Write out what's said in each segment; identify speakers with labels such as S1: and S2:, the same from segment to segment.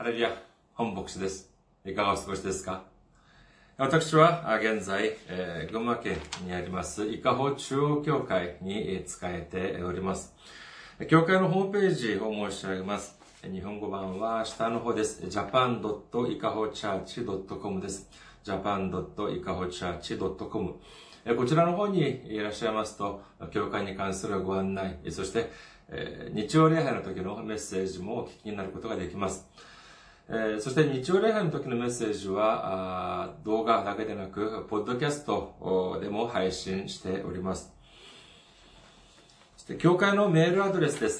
S1: レルヤ、本牧師です。いかがお過ごしですか？私は現在、群馬県にあります伊香保中央教会に仕えております。教会のホームページを申し上げます。日本語版は下の方です。japan.ikahochurch.com です。japan.ikahochurch.com こちらの方にいらっしゃいますと、教会に関するご案内、そして日曜礼拝の時のメッセージもお聞きになることができます。そして日曜礼拝の時のメッセージは動画だけでなく、ポッドキャストでも配信しております。そして教会のメールアドレスです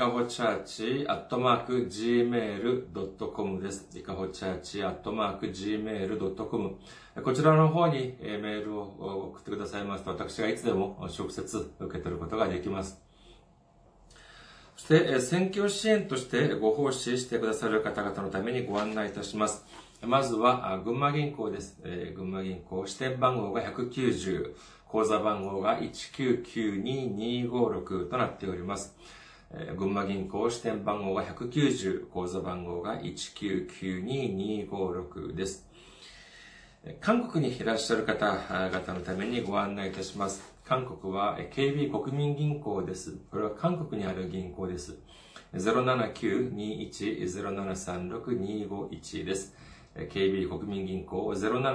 S1: 。ikahochurch@gmail.com です。ikahochurch@gmail.com こちらの方にメールを送ってくださいますと、私がいつでも直接受け取ることができます。そして、選挙支援としてご奉仕してくださる方々のためにご案内いたします。まずは、群馬銀行です。群馬銀行、支店番号が190、口座番号が1992256となっております。群馬銀行、支店番号が190、口座番号が1992256です。韓国にいらっしゃる方々のためにご案内いたします。韓国は KB 国民銀行です。これは韓国にある銀行です。079-21-0736-251です。KB 国民銀行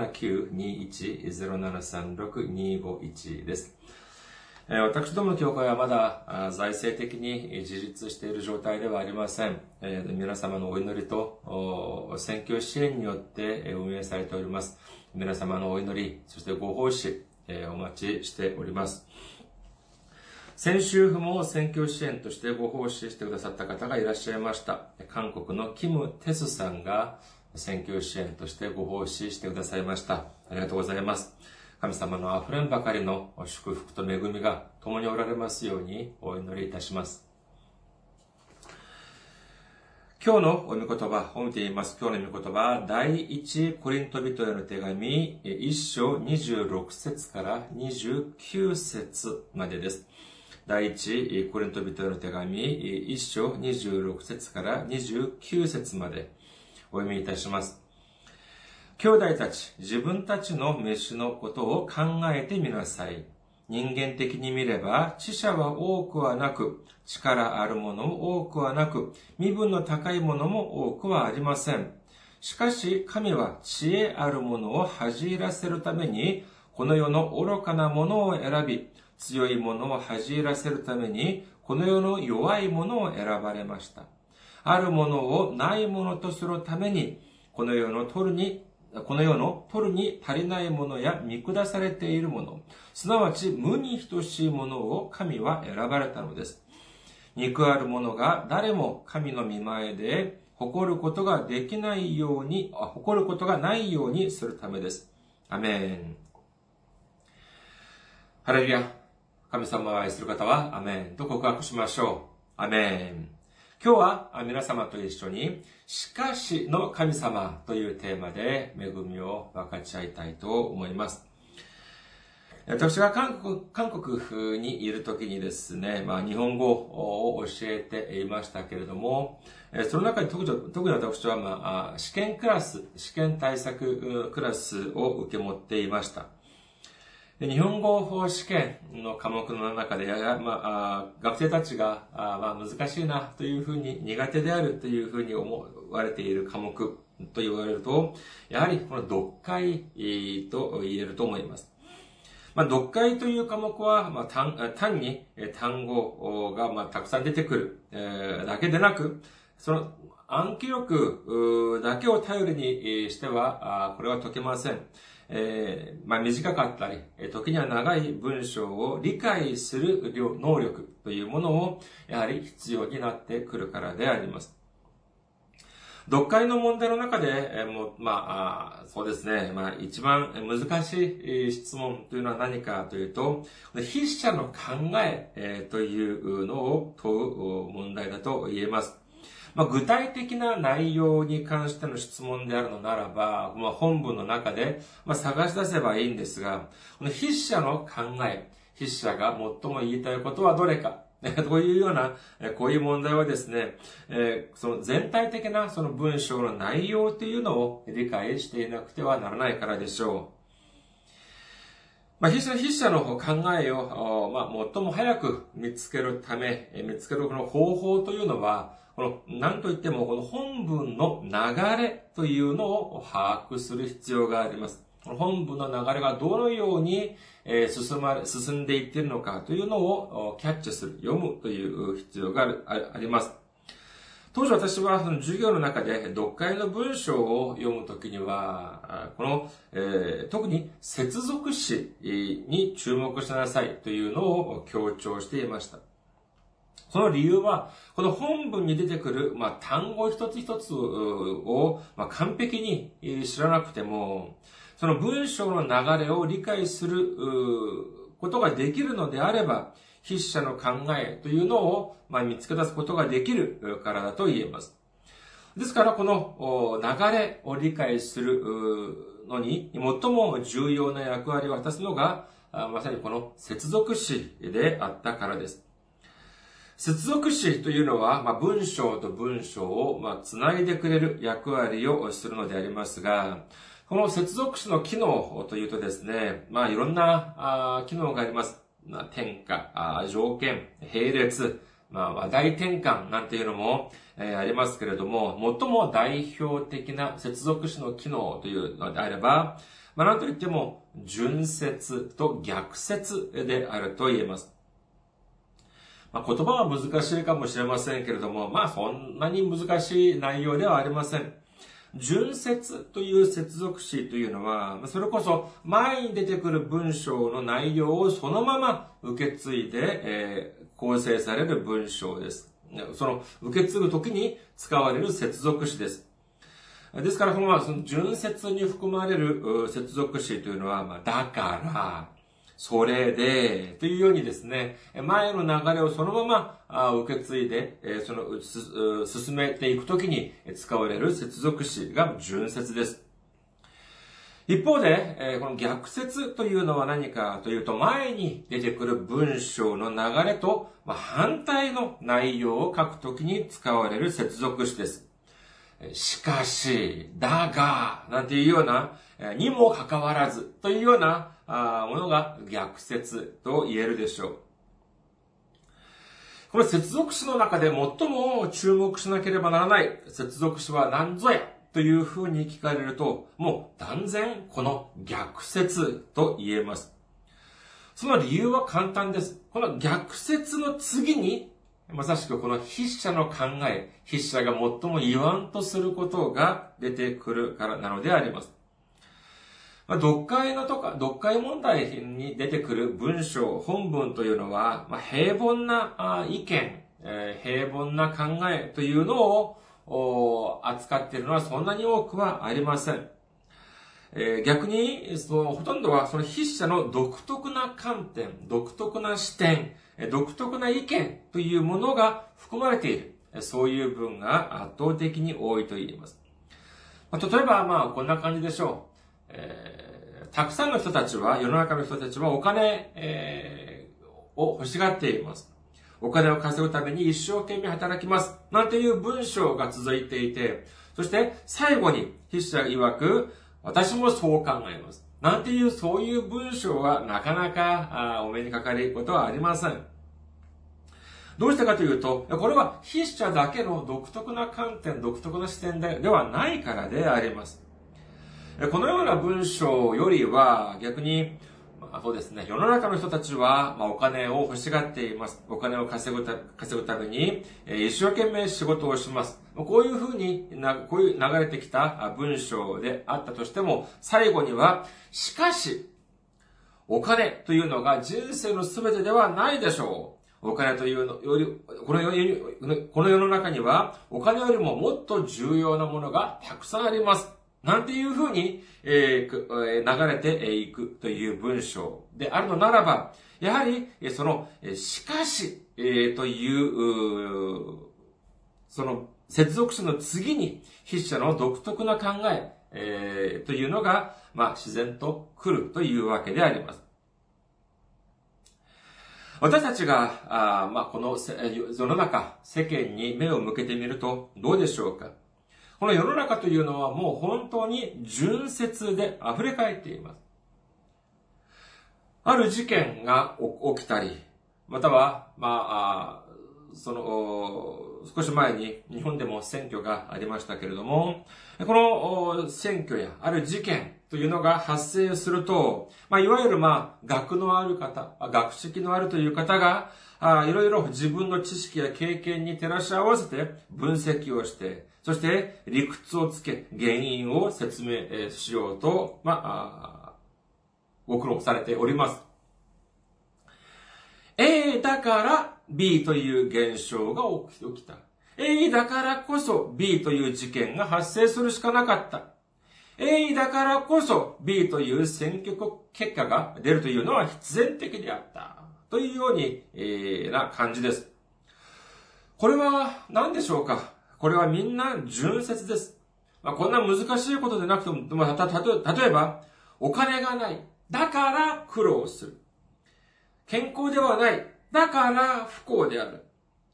S1: 079-21-0736-251です。私どもの教会はまだ財政的に自立している状態ではありません。皆様のお祈りと選挙支援によって運営されております。皆様のお祈り、そしてご奉仕、お待ちしております。先週も選挙支援としてご奉仕してくださった方がいらっしゃいました。韓国のキム・テスさんが選挙支援としてご奉仕してくださいました。ありがとうございます。神様のあふれんばかりの祝福と恵みが共におられますようにお祈りいたします。今日のお御言葉を見ています。今日の御言葉は第一コリント人への手紙1章26節から29節までです。第一コリント人への手紙1章26節から29節までお読みいたします。兄弟たち、自分たちの飯のことを考えてみなさい。人間的に見れば、知者は多くはなく、力あるものも多くはなく、身分の高いものも多くはありません。しかし、神は知恵あるものを恥じらせるために、この世の愚かなものを選び、強いものを恥じらせるために、この世の弱いものを選ばれました。あるものをないものとするために、この世の取るに足りないものや見下されているもの、すなわち無に等しいものを神は選ばれたのです。肉あるものが誰も神の御前で誇ることがないようにするためです。アメン。ハレルヤ。神様を愛する方はアメンと告白しましょう。アメン。今日は皆様と一緒に、しかしの神様というテーマで恵みを分かち合いたいと思います。私が韓国にいる時にですね、日本語を教えていましたけれども、その中に特に私は試験対策クラスを受け持っていました。日本語試験の科目の中で、学生たちが、難しいなというふうに、苦手であるというふうに思われている科目と言われると、やはりこの読解と言えると思います。読解という科目は、単に単語がたくさん出てくるだけでなく、その暗記力だけを頼りにしては、これは解けません。短かったり、時には長い文章を理解する能力というものをやはり必要になってくるからであります。読解の問題の中で、そうですね、一番難しい質問というのは何かというと、筆者の考えというのを問う問題だと言えます。具体的な内容に関しての質問であるのならば、本文の中で、探し出せばいいんですが、この筆者の考え、筆者が最も言いたいことはどれか、 というような、こういう問題はですね、その全体的なその文章の内容というのを理解していなくてはならないからでしょう。筆者の考えを、最も早く見つけるこの方法というのは、何と言ってもこの本文の流れというのを把握する必要があります。本文の流れがどのように進んでいっているのかというのをキャッチする、読むという必要があります。当時私はその授業の中で読解の文章を読むときには、特に接続詞に注目しなさいというのを強調していました。その理由は、この本文に出てくる、単語一つ一つを、完璧に知らなくても、その文章の流れを理解することができるのであれば、筆者の考えというのを、見つけ出すことができるからだと言えます。ですから、この流れを理解するのに、最も重要な役割を果たすのが、まさにこの接続詞であったからです。接続詞というのは、文章と文章を、つないでくれる役割をするのでありますが、この接続詞の機能というとですね、いろんな機能があります。転化、条件、並列、話題転換なんていうのも、ありますけれども、最も代表的な接続詞の機能というのであれば、なんといっても、順接と逆接であると言えます。言葉は難しいかもしれませんけれども、そんなに難しい内容ではありません。順接という接続詞というのは、それこそ前に出てくる文章の内容をそのまま受け継いで、構成される文章です。その受け継ぐときに使われる接続詞です。ですから、その順接に含まれる接続詞というのは、だから、それで、というようにですね、前の流れをそのまま受け継いで、進めていくときに使われる接続詞が順接です。一方で、この逆接というのは何かというと、前に出てくる文章の流れと反対の内容を書くときに使われる接続詞です。しかし、だが、なんていうような、にもかかわらずというようなものが逆接と言えるでしょう。この接続詞の中で最も注目しなければならない接続詞は何ぞやというふうに聞かれると、もう断然この逆接と言えます。その理由は簡単です。この逆接の次に、まさしくこの筆者の考え、筆者が最も言わんとすることが出てくるからなのであります。読解問題に出てくる文章、本文というのは、平凡な意見、平凡な考えというのを扱っているのはそんなに多くはありません。逆に、ほとんどはその筆者の独特な観点、独特な視点、独特な意見というものが含まれている。そういう文が圧倒的に多いと言えます。例えば、こんな感じでしょう。たくさんの人たちは、世の中の人たちはお金、を欲しがっています。お金を稼ぐために一生懸命働きます。なんていう文章が続いていて、そして最後に筆者曰く、私もそう考えます。なんていうそういう文章はなかなかお目にかかることはありません。どうしてかというと、これは筆者だけの独特な観点、独特な視点ではないからであります。このような文章よりは逆に、そうですね、世の中の人たちは、お金を欲しがっています。お金を稼ぐために、一生懸命仕事をします。こういうふうに、こういう流れてきた文章であったとしても、最後には、しかし、お金というのが人生の全てではないでしょう。お金というのより、この世の中には、お金よりももっと重要なものがたくさんあります。なんていうふうに、流れていくという文章であるのならば、やはり、その、しかし、という、その、接続詞の次に、筆者の独特な考え、というのが、自然と来るというわけであります。 私たちが、この世の中、世間に目を向けてみるとどうでしょうか。この世の中というのはもう本当に純潔で溢れ返っています。ある事件が起きたり、または、少し前に日本でも選挙がありましたけれども、この選挙やある事件というのが発生すると、いわゆる学のある方、学識のあるという方が、いろいろ自分の知識や経験に照らし合わせて分析をして、そして理屈をつけ、原因を説明しようと、ご苦労されております。A だから B という現象が起きた。A だからこそ B という事件が発生するしかなかった。A だからこそ B という選挙結果が出るというのは必然的であった。というように、な感じです。これは何でしょうか。これはみんな純潔です。こんな難しいことでなくても、例えば、お金がない。だから苦労する。健康ではない。だから不幸である。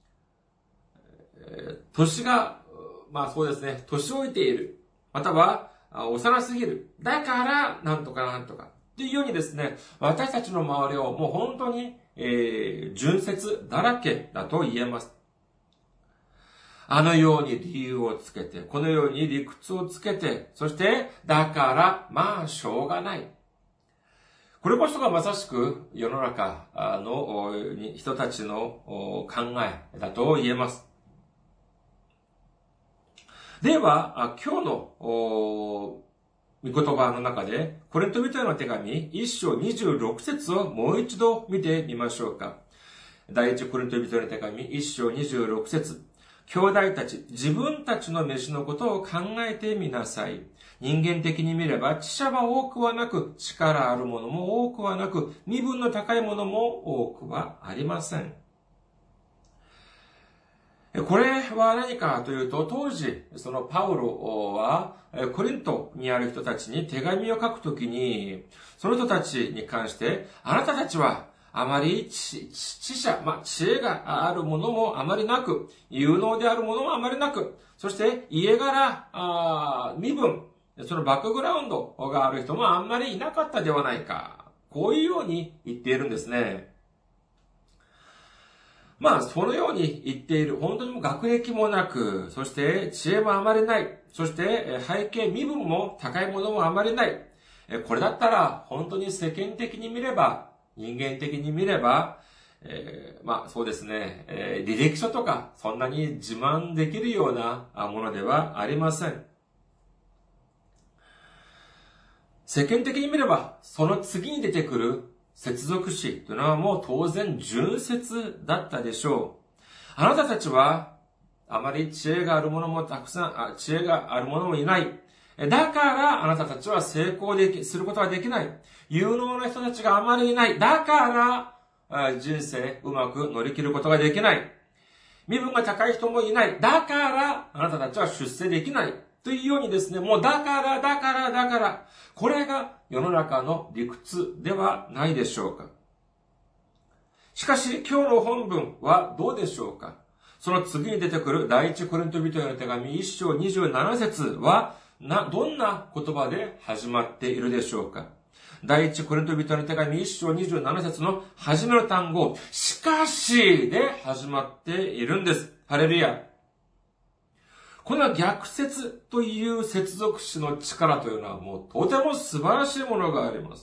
S1: 年が、そうですね、年老いている。または、幼すぎる。だから、なんとかなんとか。っていうようにですね、私たちの周りをもう本当に、純潔だらけだと言えます。あのように理由をつけて、このように理屈をつけて、そして、だから、しょうがない。これこそがまさしく世の中の人たちの考えだと言えます。では、今日の御言葉の中で、コリント人への手紙1章26節をもう一度見てみましょうか。第一コリント人への手紙1章26節。兄弟たち、自分たちの飯のことを考えてみなさい。人間的に見れば、知者は多くはなく、力あるものも多くはなく、身分の高いものも多くはありません。これは何かというと、当時、そのパウロは、コリントにある人たちに手紙を書くときに、その人たちに関して、あなたたちは、あまり知恵があるものもあまりなく、有能であるものもあまりなく、そして家柄、身分、そのバックグラウンドがある人もあんまりいなかったではないか。こういうように言っているんですね。そのように言っている。本当にも学歴もなく、そして知恵もあまりない。そして背景、身分も高いものもあまりない。これだったら、本当に世間的に見れば、人間的に見れば、そうですね、履歴書とか、そんなに自慢できるようなものではありません。世間的に見れば、その次に出てくる接続詞というのはもう当然純潔だったでしょう。あなたたちは、あまり知恵があるものも知恵があるものもいない。だからあなたたちは成功することはできない。有能な人たちがあまりいない。だから人生うまく乗り切ることができない。身分が高い人もいない。だからあなたたちは出世できない。というようにですね、もうだから。これが世の中の理屈ではないでしょうか。しかし今日の本文はどうでしょうか。その次に出てくる第一コリント人への手紙1章27節はどんな言葉で始まっているでしょうか。第一コリント人への手紙1章27節の始めの単語、しかしで始まっているんです。ハレルヤ。この逆接という接続詞の力というのはもうとても素晴らしいものがあります。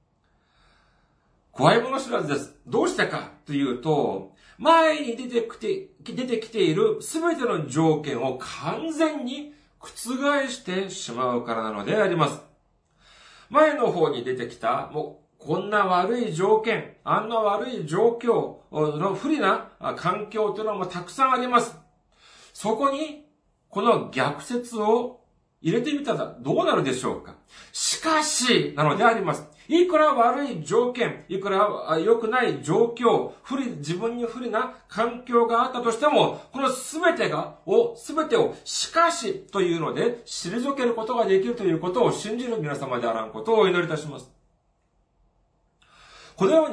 S1: 怖いもの知らずです。どうしてかというと、前に出てきているすべての条件を完全に覆してしまうからなのであります。前の方に出てきた、もうこんな悪い条件、あんな悪い状況の不利な環境というのもたくさんあります。そこにこの逆説を入れてみたらどうなるでしょうか。しかしなのであります。いくら悪い条件、いくら良くない状況、自分に不利な環境があったとしても、この全てをしかしというので退けることができるということを信じる皆様であらんことをお祈りいたします。このように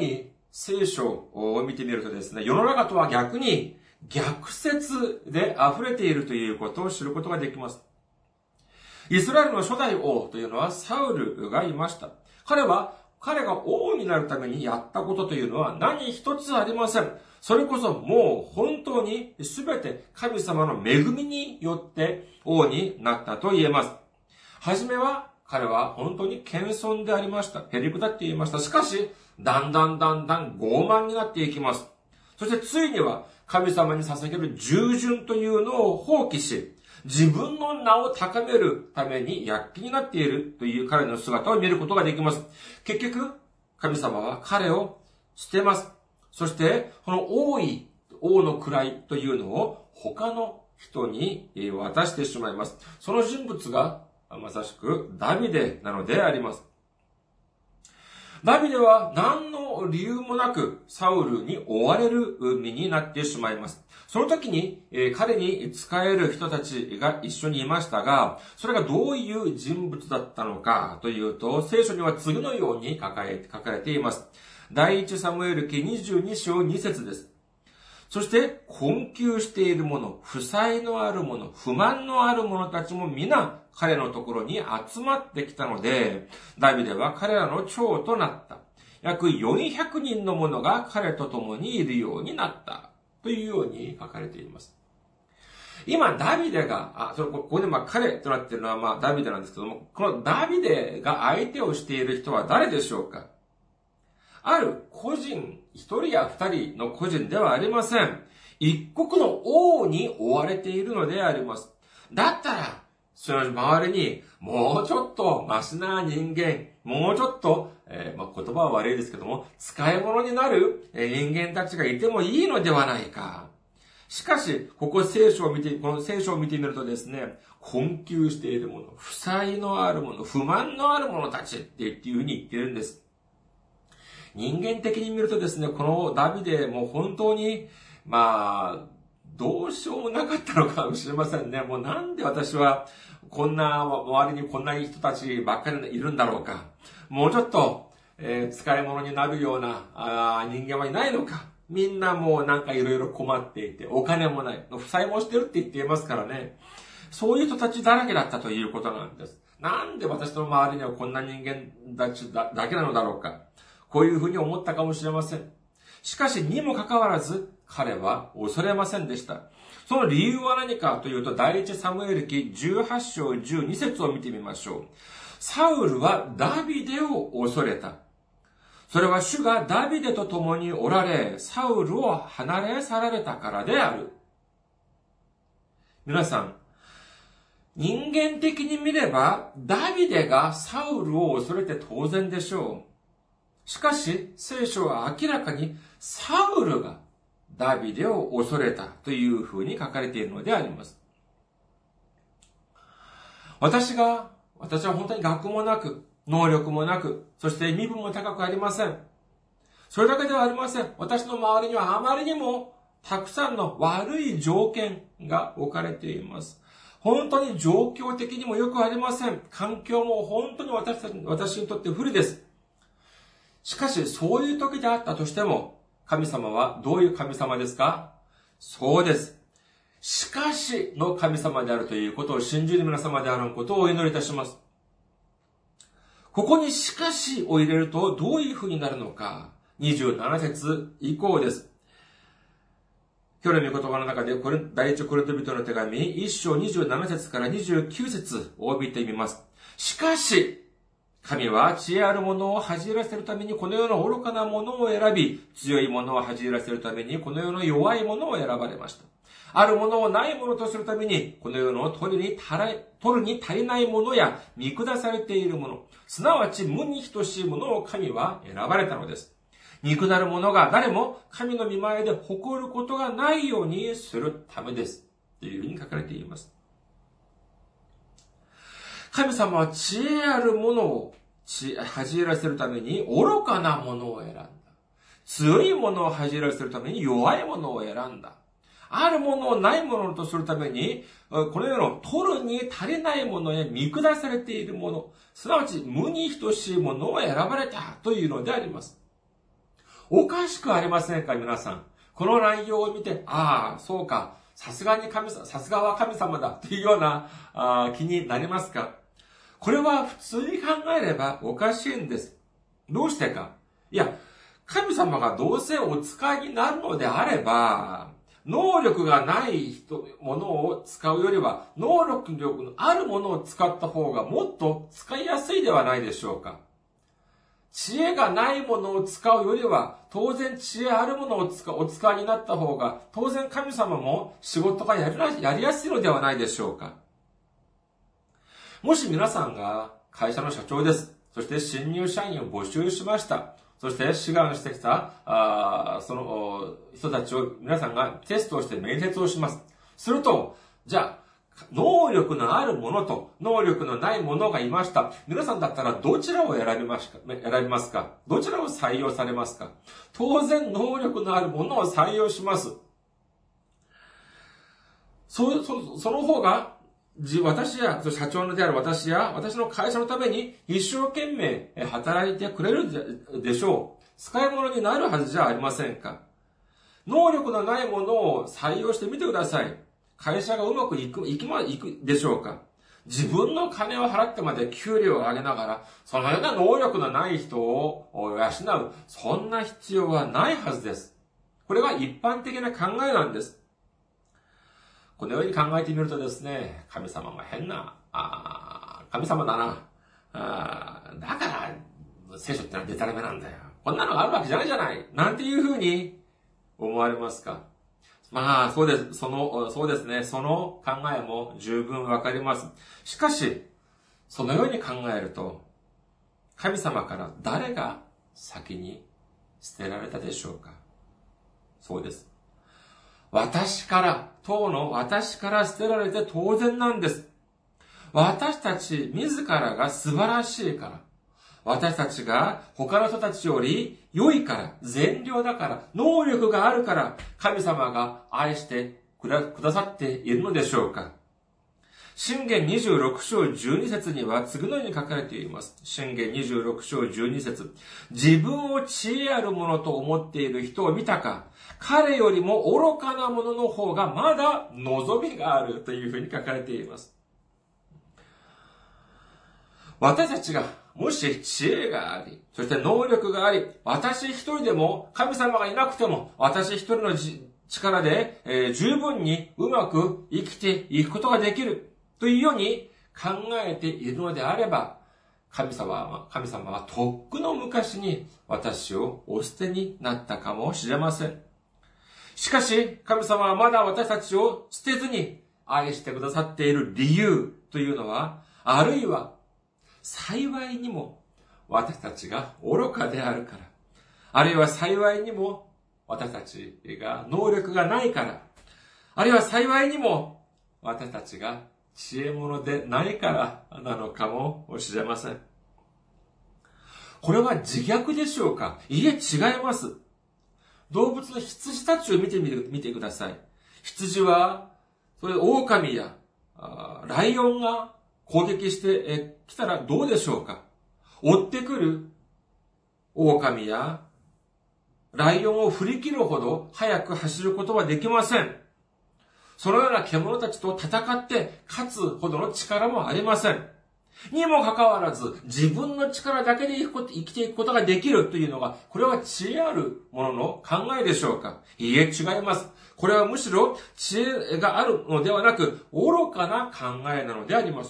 S1: 聖書を見てみるとですね、世の中とは逆に逆説で溢れているということを知ることができます。イスラエルの初代王というのはサウルがいました。彼が王になるためにやったことというのは何一つありません。それこそもう本当に全て神様の恵みによって王になったと言えます。はじめは彼は本当に謙遜でありました。へりくだって言いました。しかし、だんだん傲慢になっていきます。そしてついには神様に捧げる従順というのを放棄し、自分の名を高めるために躍起になっているという彼の姿を見ることができます。結局、神様は彼を捨てます。そして、この王の位というのを他の人に渡してしまいます。その人物がまさしくダビデなのであります。ダビデは何の理由もなくサウルに追われる身になってしまいます。その時に彼に仕える人たちが一緒にいましたが、それがどういう人物だったのかというと、聖書には次のように書かれています。第一サムエル記22章2節です。そして、困窮している者、負債のある者、不満のある者たちも皆彼のところに集まってきたので、ダビデは彼らの長となった。約400人の者が彼と共にいるようになった。というように書かれています。今、ダビデが、ここで彼となっているのはダビデなんですけども、このダビデが相手をしている人は誰でしょうか？ある個人、一人や二人の個人ではありません。一国の王に追われているのであります。だったら、その周りにもうちょっとマシな人間、もうちょっと、言葉は悪いですけども、使い物になる人間たちがいてもいいのではないか。しかし、この聖書を見てみるとですね、困窮している者、負債のある者、不満のある者たちっていうふうに言ってるんです。人間的に見るとですね、このダビデも本当に、どうしようもなかったのかもしれませんね。もうなんで私は周りにこんな人たちばっかりいるんだろうか。もうちょっと、使い物になるような人間はいないのか。みんなもうなんかいろいろ困っていて、お金もない。負債もしてるって言っていますからね。そういう人たちだらけだったということなんです。なんで私の周りにはこんな人間たちだけなのだろうか。こういうふうに思ったかもしれません。しかし、にもかかわらず、彼は恐れませんでした。その理由は何かというと、第一サムエル記18章12節を見てみましょう。サウルはダビデを恐れた。それは主がダビデと共におられ、サウルを離れ去られたからである。皆さん、人間的に見れば、ダビデがサウルを恐れて当然でしょう。しかし、聖書は明らかにサウルがダビデを恐れたというふうに書かれているのであります。私は本当に学もなく、能力もなく、そして身分も高くありません。それだけではありません。私の周りにはあまりにもたくさんの悪い条件が置かれています。本当に状況的にもよくありません。環境も本当に私にとって不利です。しかし、そういう時であったとしても、神様はどういう神様ですか？そうです。しかしの神様であるということを信じる皆様であることをお祈りいたします。ここにしかしを入れるとどういうふうになるのか。27節以降です。今日の御言葉の中で、第一コリント人の手紙、1章27節から29節を見てみます。しかし、神は知恵ある者を恥じらせるためにこの世の愚かな者を選び、強い者を恥じらせるためにこの世の弱い者を選ばれました。ある者をない者とするために、この世の取るに足りない者や見下されている者、すなわち無に等しい者を神は選ばれたのです。憎なる者が誰も神の御前で誇ることがないようにするためです。というふうに書かれています。神様は知恵ある者を恥じらせるために愚かな者を選んだ。強い者を恥じらせるために弱い者を選んだ。あるものをないものとするために、この世の取るに足りないものへ見下されているもの、すなわち無に等しいものを選ばれたというのであります。 おかしくありませんか、皆さん。この内容を見て、ああ、そうか。さすがは神様だというような気になりますか？これは普通に考えればおかしいんです。どうしてか？いや、神様がどうせお使いになるのであれば、能力がないものを使うよりは、能力のあるものを使った方がもっと使いやすいではないでしょうか。知恵がないものを使うよりは、当然知恵あるものをお使いになった方が、当然神様も仕事がやりやすいのではないでしょうか。もし皆さんが会社の社長です。そして新入社員を募集しました。そして志願してきた、その人たちを皆さんがテストをして面接をします。すると、じゃあ、能力のあるものと能力のないものがいました。皆さんだったらどちらを選びますか？どちらを採用されますか？当然能力のあるものを採用します。その方が、私や、社長である私や、私の会社のために一生懸命働いてくれるでしょう。使い物になるはずじゃありませんか。能力のないものを採用してみてください。会社がうまくいくでしょうか。自分の金を払ってまで給料を上げながら、そのような能力のない人を養う、そんな必要はないはずです。これが一般的な考えなんです。このように考えてみるとですね、神様が変な、神様だな。だから、聖書ってのはデタラメなんだよ。こんなのがあるわけじゃないじゃない。なんていうふうに思われますか？まあ、そうですね。その考えも十分わかります。しかし、そのように考えると、神様から誰が先に捨てられたでしょうか？そうです。当の私から捨てられて当然なんです。私たち自らが素晴らしいから。私たちが他の人たちより良いから、善良だから、能力があるから、神様が愛してくださっているのでしょうか。箴言26章12節には次のように書かれています。箴言26章12節。自分を知恵あるものと思っている人を見たか。彼よりも愚かなものの方がまだ望みがあるというふうに書かれています。私たちがもし知恵があり、そして能力があり、私一人でも神様がいなくても私一人の力で、十分にうまく生きていくことができるというように考えているのであれば、神様はとっくの昔に私をお捨てになったかもしれません。しかし、神様はまだ私たちを捨てずに愛してくださっている理由というのは、あるいは幸いにも私たちが愚かであるから、あるいは幸いにも私たちが能力がないから、あるいは幸いにも私たちが知恵者でないからなのかもしれません。これは自虐でしょうか？いえ、違います。動物の羊たちを見てください。羊は、狼やライオンが攻撃してきたらどうでしょうか？追ってくる狼やライオンを振り切るほど速く走ることはできません。そのような獣たちと戦って勝つほどの力もありません。にもかかわらず、自分の力だけで生きていくことができるというのが、これは知恵あるものの考えでしょうか？いいえ、違います。これはむしろ知恵があるのではなく、愚かな考えなのであります。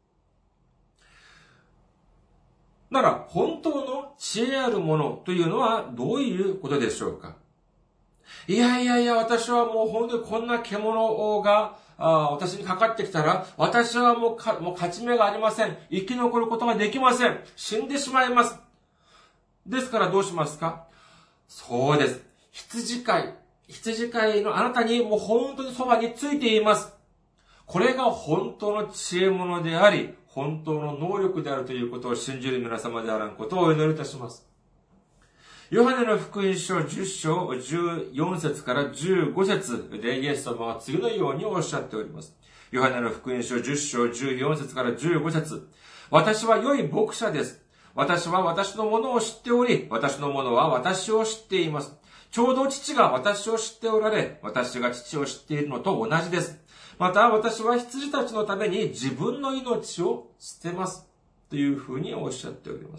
S1: なら、本当の知恵あるものというのはどういうことでしょうか？いや、私はもう本当にこんな獣が私にかかってきたら、私はもう勝ち目がありません。生き残ることができません。死んでしまいます。ですからどうしますか？そうです。羊飼いのあなたにもう本当にそばについています。これが本当の知恵者であり、本当の能力であるということを信じる皆様であらんことをお祈りいたします。ヨハネの福音書10章14節から15節でイエス様は次のようにおっしゃっております。ヨハネの福音書10章14節から15節。私は良い牧者です。 私は私のものを知っており、私のものは私を知っています。ちょうど父が私を知っておられ、私が父を知っているのと同じです。また私は羊たちのために自分の命を捨てます。というふうにおっしゃっております。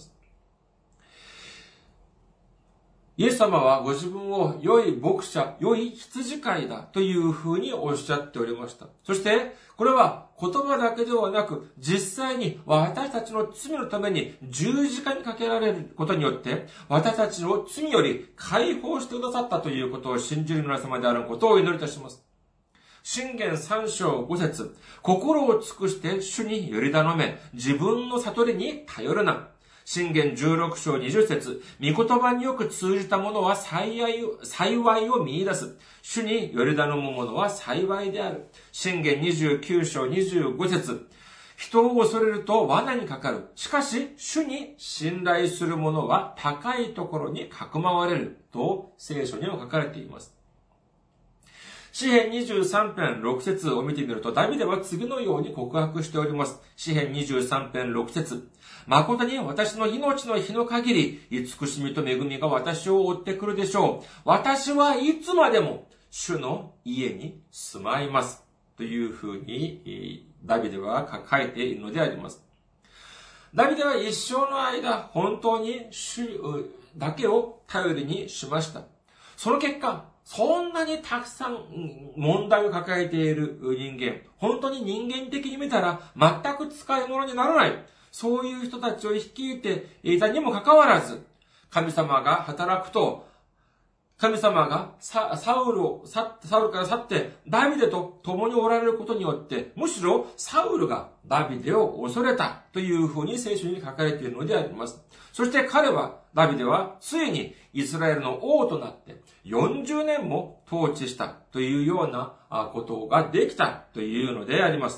S1: イエス様はご自分を良い牧者、良い羊飼いだというふうにおっしゃっておりました。そして、これは言葉だけではなく、実際に私たちの罪のために十字架にかけられることによって、私たちを罪より解放してくださったということを信じる皆様であることをお祈りいたします。箴言3章5節、心を尽くして主により頼め、自分の悟りに頼るな。箴言16章20節、御言葉によく通じた者は幸いを見出す。主により頼む者は幸いである。箴言29章25節、人を恐れると罠にかかる。しかし、主に信頼する者は高いところにかくまわれる。と聖書には書かれています。詩編23編6節を見てみると、ダビデは次のように告白しております。詩編23編6節、誠に私の命の日の限り、慈しみと恵みが私を追ってくるでしょう。私はいつまでも主の家に住まいます。というふうに、ダビデは書いているのであります。ダビデは一生の間、本当に主だけを頼りにしました。その結果、そんなにたくさん問題を抱えている人間、本当に人間的に見たら全く使い物にならない、そういう人たちを率いていたにもかかわらず、神様が働くと、神様がサウルから去ってダビデと共におられることによって、むしろサウルがダビデを恐れたというふうに聖書に書かれているのであります。そしてダビデはついにイスラエルの王となって40年も統治したというようなことができたというのであります。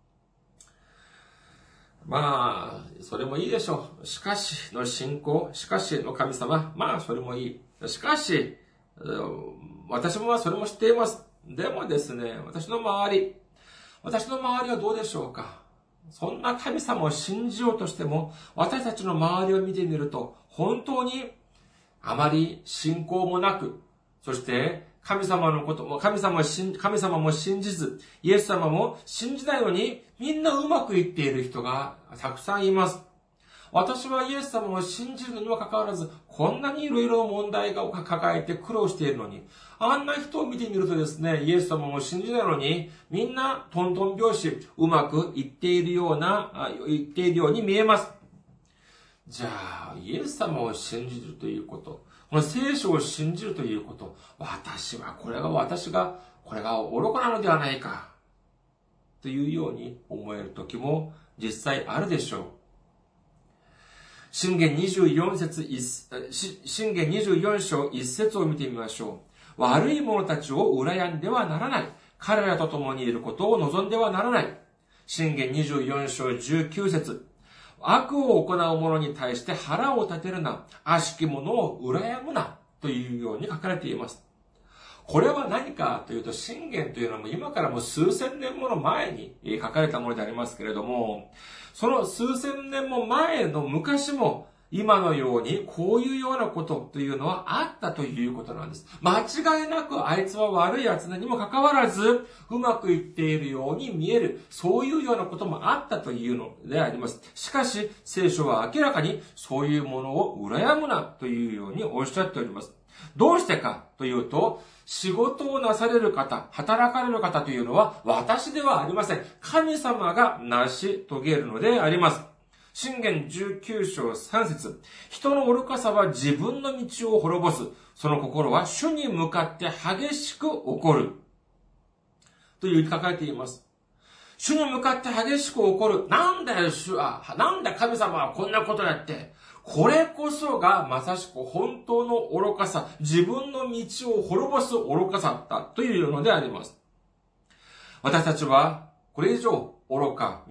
S1: まあ、それもいいでしょう。しかしの信仰、しかしの神様、まあそれもいい。しかし、私もそれも知っています。でもですね、私の周りはどうでしょうか。そんな神様を信じようとしても、私たちの周りを見てみると、本当にあまり信仰もなく、そして神様も信じず、イエス様も信じないのに、みんなうまくいっている人がたくさんいます。私はイエス様を信じるのにもかかわらず、こんなにいろいろ問題を抱えて苦労しているのに、あんな人を見てみるとですね、イエス様も信じないのに、みんなトントン拍子、うまくいっているように見えます。じゃあ、イエス様を信じるということ、この聖書を信じるということ、これが愚かなのではないか、というように思える時も実際あるでしょう。箴言24章1節を見てみましょう。悪い者たちを羨んではならない。彼らと共にいることを望んではならない。箴言24章19節、悪を行う者に対して腹を立てるな。悪しき者を羨むな。というように書かれています。これは何かというと、箴言というのは今からもう数千年もの前に書かれたものでありますけれども、その数千年も前の昔も今のようにこういうようなことというのはあったということなんです。間違いなくあいつは悪い奴にもかかわらずうまくいっているように見える、そういうようなこともあったというのであります。しかし聖書は明らかにそういうものを羨むなというようにおっしゃっております。どうしてかというと、仕事をなされる方、働かれる方というのは私ではありません。神様が成し遂げるのであります。箴言19章3節、人の愚かさは自分の道を滅ぼす。その心は主に向かって激しく怒る。という書かれています。主に向かって激しく怒る。なんだ神様はこんなことやって。これこそがまさしく本当の愚かさ、自分の道を滅ぼす愚かさだというのであります。私たちはこれ以上愚か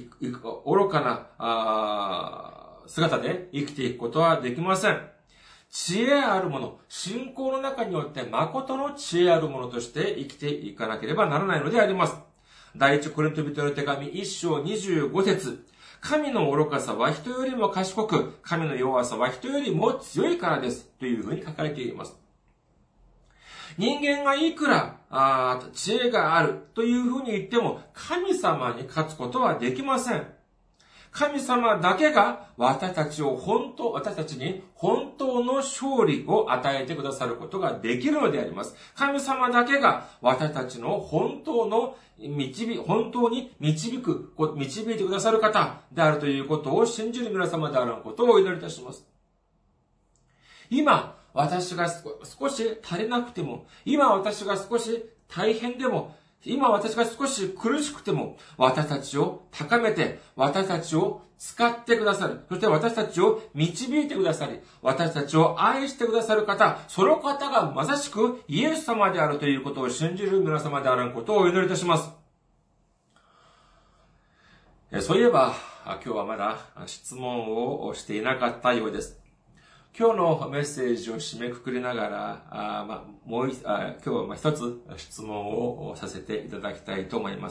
S1: な姿で生きていくことはできません。知恵あるもの、信仰の中によって誠の知恵あるものとして生きていかなければならないのであります。 第一コリント人の手紙1章25節。神の愚かさは人よりも賢く、神の弱さは人よりも強いからです。というふうに書かれています。人間がいくら知恵があるというふうに言っても、神様に勝つことはできません。神様だけが私たちに本当の勝利を与えてくださることができるのであります。神様だけが私たちの本当に導いてくださる方であるということを信じる皆様であることをお祈りいたします。今、私が少し足りなくても、今私が少し大変でも、今私が少し苦しくても、私たちを高めて、私たちを使ってくださる。そして私たちを導いてくださり、私たちを愛してくださる方、その方がまさしくイエス様であるということを信じる皆様であることをお祈りいたします。そういえば、今日はまだ質問をしていなかったようです。今日のメッセージを締めくくりながら、今日は一つ質問をさせていただきたいと思います。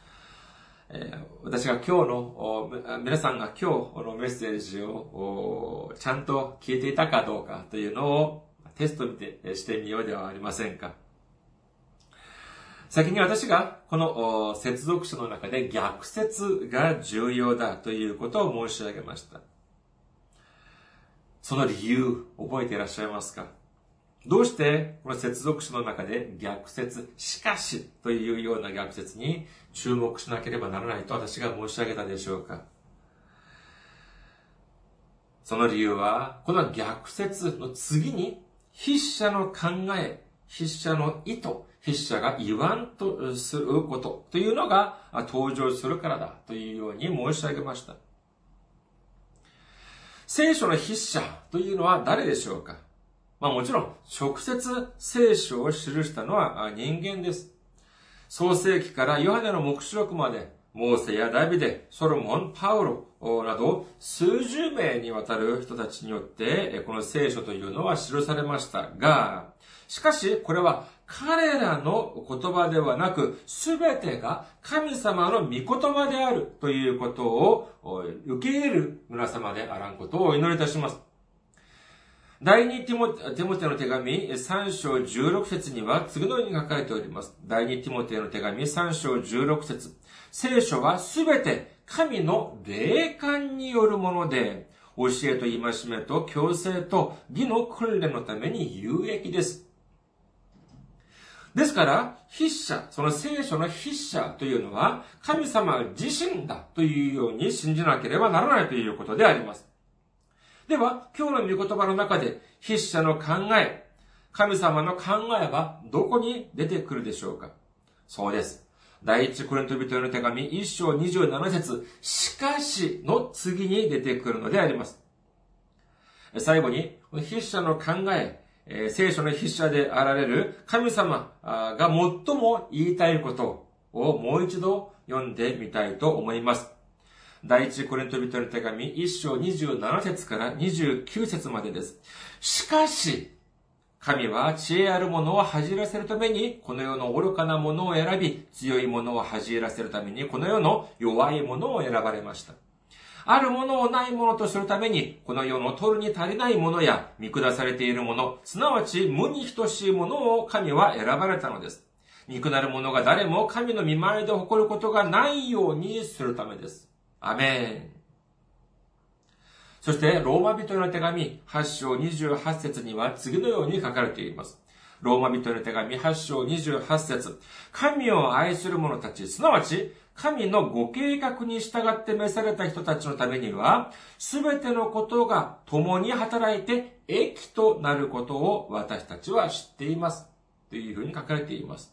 S1: 皆さんが今日のメッセージをちゃんと聞いていたかどうかというのをテストしてみようではありませんか。先に私がこの接続詞の中で逆接が重要だということを申し上げました。その理由、覚えていらっしゃいますか？どうしてこの接続詞の中で逆接、しかしというような逆接に注目しなければならないと私が申し上げたでしょうか？その理由は、この逆接の次に筆者の考え、筆者の意図、筆者が言わんとすることというのが登場するからだというように申し上げました。聖書の筆者というのは誰でしょうか？もちろん、直接聖書を記したのは人間です。創世記からヨハネの黙示録まで、モーセやダビデ、ソロモン、パウロなど、数十名にわたる人たちによって、この聖書というのは記されましたが、しかし、これは彼らの言葉ではなく、すべてが神様の御言葉であるということを受け入れる皆様であらんことをお祈りいたします。第二テモテの手紙3章16節には次のように書かれております。第二テモテの手紙3章16節。聖書はすべて神の霊感によるもので、教えと戒めと矯正と義の訓練のために有益です。ですから、筆者、その聖書の筆者というのは、神様自身だというように信じなければならないということであります。では、今日の御言葉の中で、筆者の考え、神様の考えはどこに出てくるでしょうか？そうです。第一コリント人への手紙1章27節、しかしの次に出てくるのであります。最後に、筆者の考え、聖書の筆者であられる神様が最も言いたいことをもう一度読んでみたいと思います。第一コリント人の手紙1章27節から29節までです。しかし、神は知恵ある者を恥じらせるために、この世の愚かな者を選び、強い者を恥じらせるために、この世の弱い者を選ばれました。あるものをないものとするために、この世の取るに足りないものや、見下されているもの、すなわち無に等しいものを神は選ばれたのです。憎なる者が誰も神の御前で誇ることがないようにするためです。アメン。そして、ローマ人への手紙8章28節には次のように書かれています。ローマ人への手紙8章28節。神を愛する者たち、すなわち、神のご計画に従って召された人たちのためには、すべてのことが共に働いて益となることを私たちは知っています。というふうに書かれています。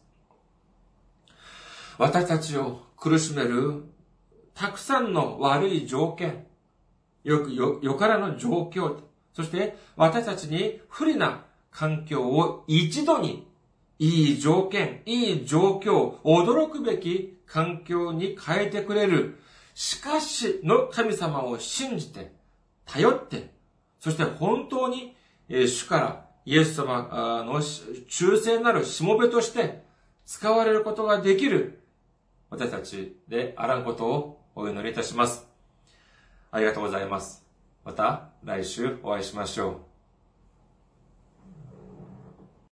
S1: 私たちを苦しめるたくさんの悪い条件、よからの状況、そして私たちに不利な環境を一度にいい条件、いい状況、驚くべき環境に変えてくれる、しかしの神様を信じて、頼って、そして本当に主からイエス様の忠誠なるしもべとして使われることができる私たちであらんことをお祈りいたします。ありがとうございます。また来週お会いしましょう。